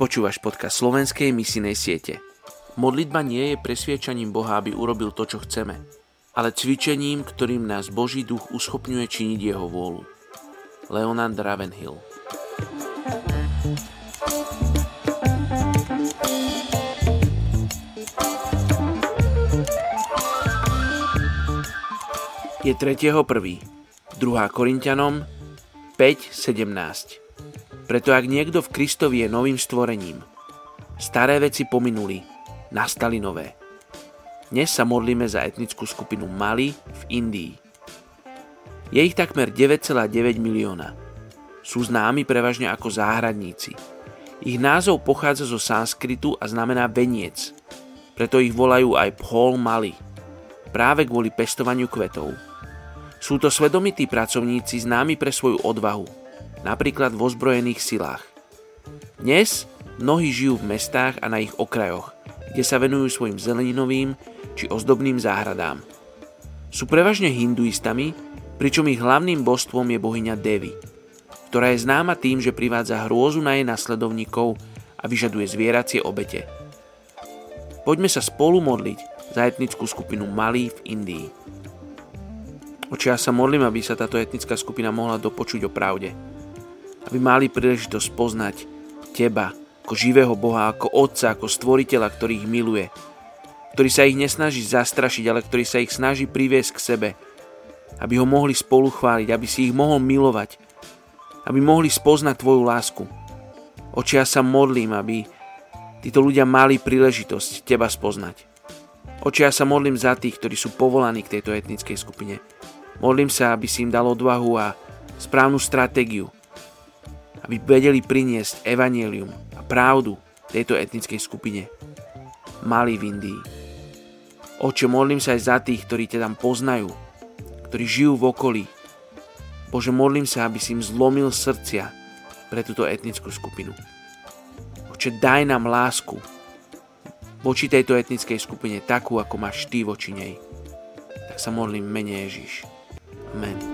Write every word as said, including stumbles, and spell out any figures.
Počúvaš podcast slovenskej misijnej siete. Modlitba nie je presviečaním Boha, aby urobil to, čo chceme, ale cvičením, ktorým nás Boží duch uschopňuje činiť jeho vôľu. Leonard Ravenhill. Je tretieho prvý druhá Korinťanom päť sedemnásť. Preto ak niekto v Kristovi je novým stvorením, staré veci pominuli, nastali nové. Dnes sa modlíme za etnickú skupinu Mali v Indii. Je ich takmer deväť celá deväť milióna. Sú známi prevažne ako záhradníci. Ich názov pochádza zo sanskritu a znamená veniec. Preto ich volajú aj Phol Mali, práve kvôli pestovaniu kvetov. Sú to svedomití pracovníci známi pre svoju odvahu, napríklad v ozbrojených silách. Dnes mnohí žijú v mestách a na ich okrajoch, kde sa venujú svojim zeleninovým či ozdobným záhradám. Sú prevažne hinduistami, pričom ich hlavným božstvom je bohyňa Devi, ktorá je známa tým, že privádza hrôzu na jej nasledovníkov a vyžaduje zvieracie obete. Poďme sa spolu modliť za etnickú skupinu Mali v Indii. Oče, ja sa modlím, aby sa táto etnická skupina mohla dopočuť o pravde. Aby mali príležitosť poznať Teba ako živého Boha, ako Otca, ako Stvoriteľa, ktorý ich miluje, ktorý sa ich nesnaží zastrašiť, ale ktorý sa ich snaží priviesť k sebe, aby ho mohli spolu chváliť, aby si ich mohol milovať, aby mohli spoznať Tvoju lásku. Oče, ja sa modlím, aby títo ľudia mali príležitosť Teba spoznať. Oče, ja sa modlím za tých, ktorí sú povolaní k tejto etnickej skupine. Modlím sa, aby si im dal odvahu a správnu stratégiu, aby vedeli priniesť evanjelium a pravdu tejto etnickej skupine Mali v Indii. Oče, modlím sa aj za tých, ktorí ťa tam poznajú, ktorí žijú v okolí. Bože, modlím sa, aby si im zlomil srdcia pre túto etnickú skupinu. Oče, daj nám lásku voči tejto etnickej skupine takú, ako máš Ty voči nej. Tak sa modlím v mene Ježiš. Amen.